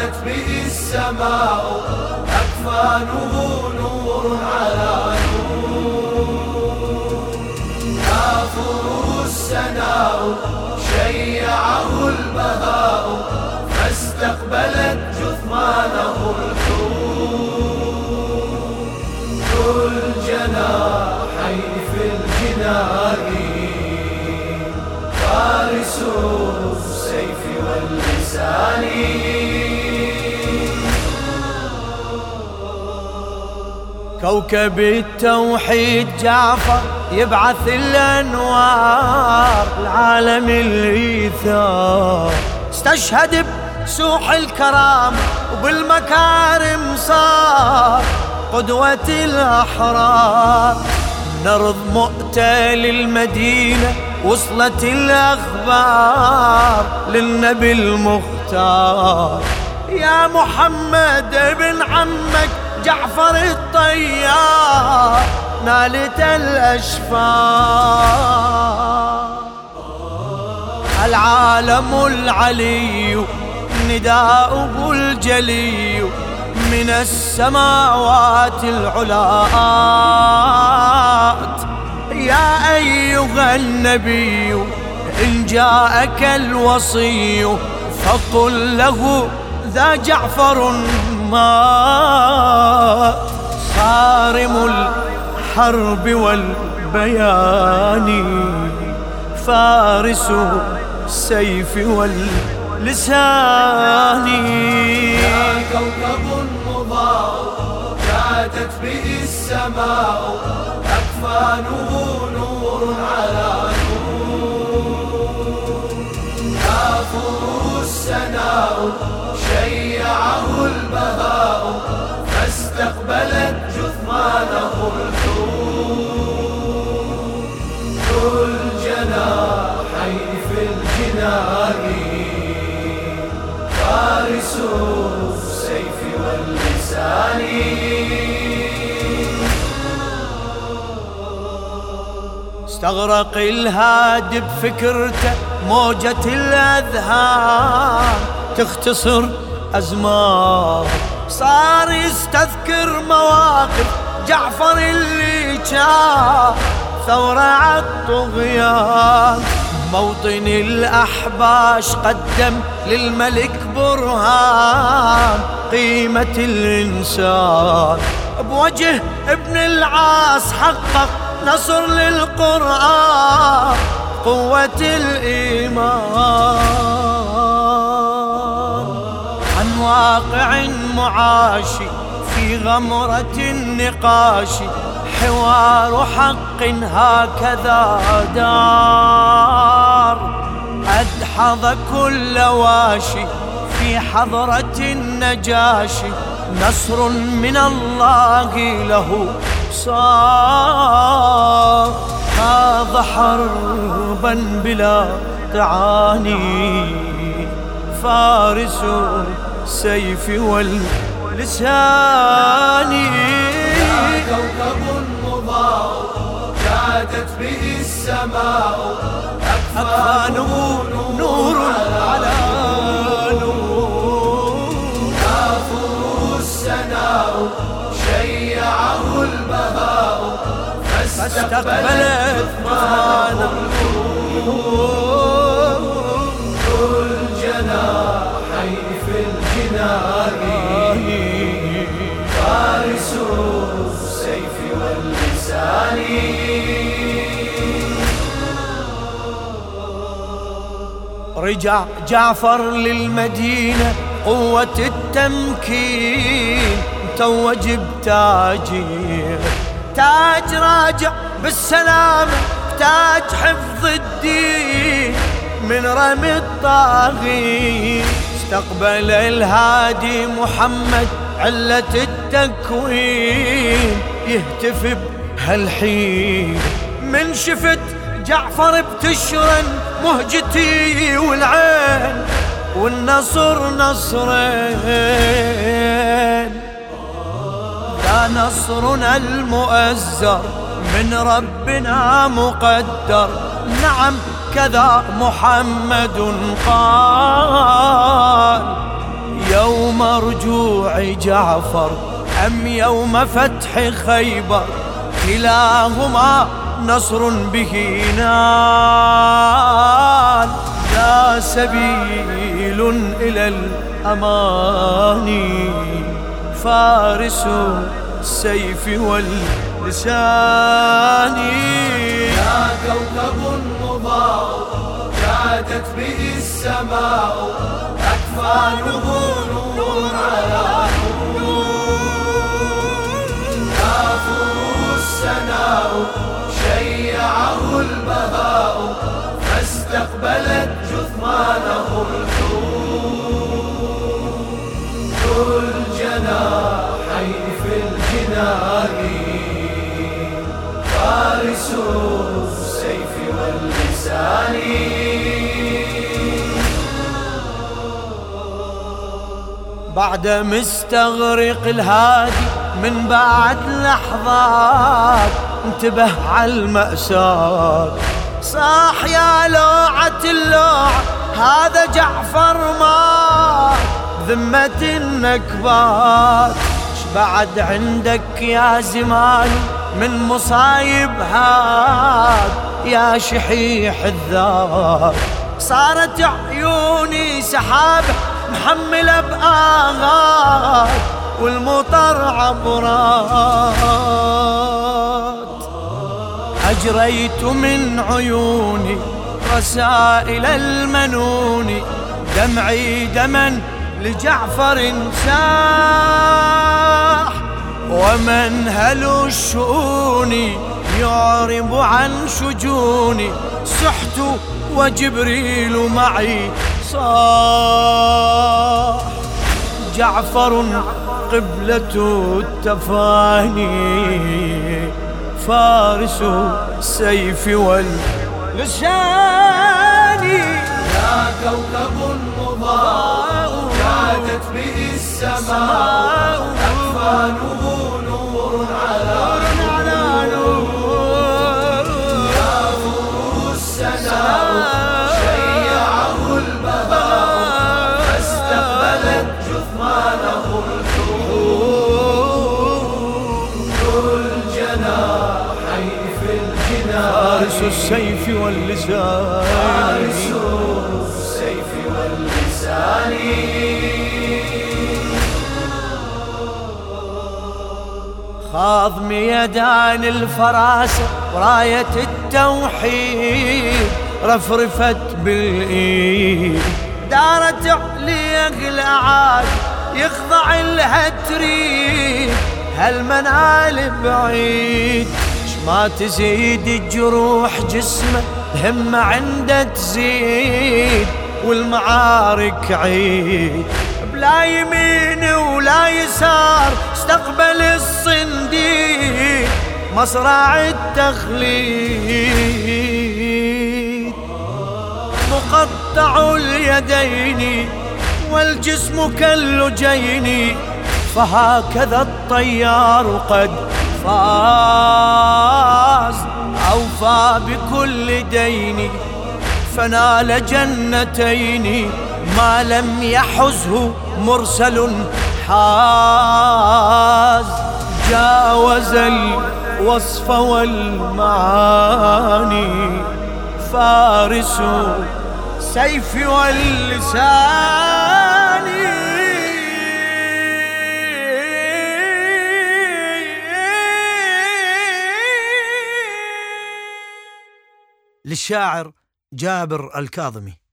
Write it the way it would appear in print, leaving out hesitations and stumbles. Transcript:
جادت به السماء أكفانه نور على نور، يافره السناء شيعه البهاء، فاستقبلت جثمانه الحور، ذو الجناحين في الجنان، فارس السيف واللسان. كوكب التوحيد جعفر يبعث الأنوار، العالم الإيثار استشهد بسوح الكرام، وبالمكارم صار قدوة الأحرار. نرض مؤتة للمدينة وصلت الأخبار للنبي المختار، يا محمد ابن عمك جعفر الطيار نالت الأشفار. العالم العلي نداؤه الجلي من السماوات العلات، يا أيها النبي إن جاءك الوصي فقل له ذا جعفر مات، صارم الحرب والبيان، فارس السيف واللسان. يا كوكب مضاء جادت به السماء أكفانه نور على نور، يافره السناء شيعه البهاء، فاستقبلت جثمانه الحور، ذو الجناحين في الجنان، فارس السيف واللسان. استغرق الهادي بفكرته موجة الأذهان، تختصر أزمان صار يستذكر مواقف جعفر اللي كان ثورة عالطغيان. موطن الأحباش قدم للملك برهان قيمة الإنسان، بوجه ابن العاص حقق نصر للقرآن قوة الإيمان. عن واقع معاشي في غمرة النقاش، حوار حق هكذا دار، أدحض كل واشي في حضرة النجاشي، نصر من الله له صار، خاض حربا بلا تعاني، فارس السيف واللسان. يا كوكب مضاء جادت به السماء أكفانه نور على نور، يافره السناء شيعه البهاء، فاستقبلت جثمانه الحور، ذو الجناحين في الجنان، فارس السيف واللسان. رجع جعفر للمدينة قوة التمكين، متوج بتاجي تاج راجع بالسلامة، تاج حفظ الدين من رمي الطاغين. استقبل الهادي محمد علة التكوين، يهتف بهالحين من شفت جعفر بتشرن مهجتي والعين، والنصر نصرين. ذا نصرنا المؤزر من ربنا مقدر، نعم كذا محمد قال، يوم رجوع جعفر أم يوم فتح خيبر، كلاهما نصر به نال. لا سبيل إلى الأمان، فارس السيف واللسان. يا كوكب مضاء جادت به السماء، أكفانه نور على نور. كافه السناء شيعه البهاء، فاستقبلت جثمانه الحور. ذو الجناحين في الجنان، فارس السيف واللسان. بعد مستغرق الهادي من بعد لحظات، انتبه على المأساة. صاح يا لوعة اللوعة هذا جعفر مات ذمة النكبات. بعد عندك يا زمان من مصايب هاد يا شحيح الذات. صارت عيوني سحاب محملة بآغات، والمطر عبرات. أجريت من عيوني رسائل المنون، دمعي دما لجعفر ساح. ومنهل الشؤون يعرب عن شجوني، سحت وجبريل معي صاح. جعفر قبلة التفاني، فارس السيف واللسان. يا كوكب مضاء جادت به السماء، أكفانه نور على نور. كافه السناء شيعه البهاء، فاستقبلت جثمانه الحور. ذو الجناحين في الجنان، فارس السيف واللسان. فارس السيف واللسان. خاض ميدان الفراسة وراية التوحيد، رفرفت بالإيد دارت عليه الأعاد، يخضع لها تريد هالمنال بعيد. ما تزيد الجروح جسمه، الهمة عنده تزيد، والمعارك عيد. بلا يمين ولا يسار استقبل الصنديد، مصرع التخليد. مقطع اليدين والجسم كاللجين، فهكذا الطيار قد فاز. أوفى بكل دين فنال جنتين، ما لم يحزه مرسل حاز. جاوز الوصف والمعاني، فارس السيف واللسان. للشاعر جابر الكاظمي.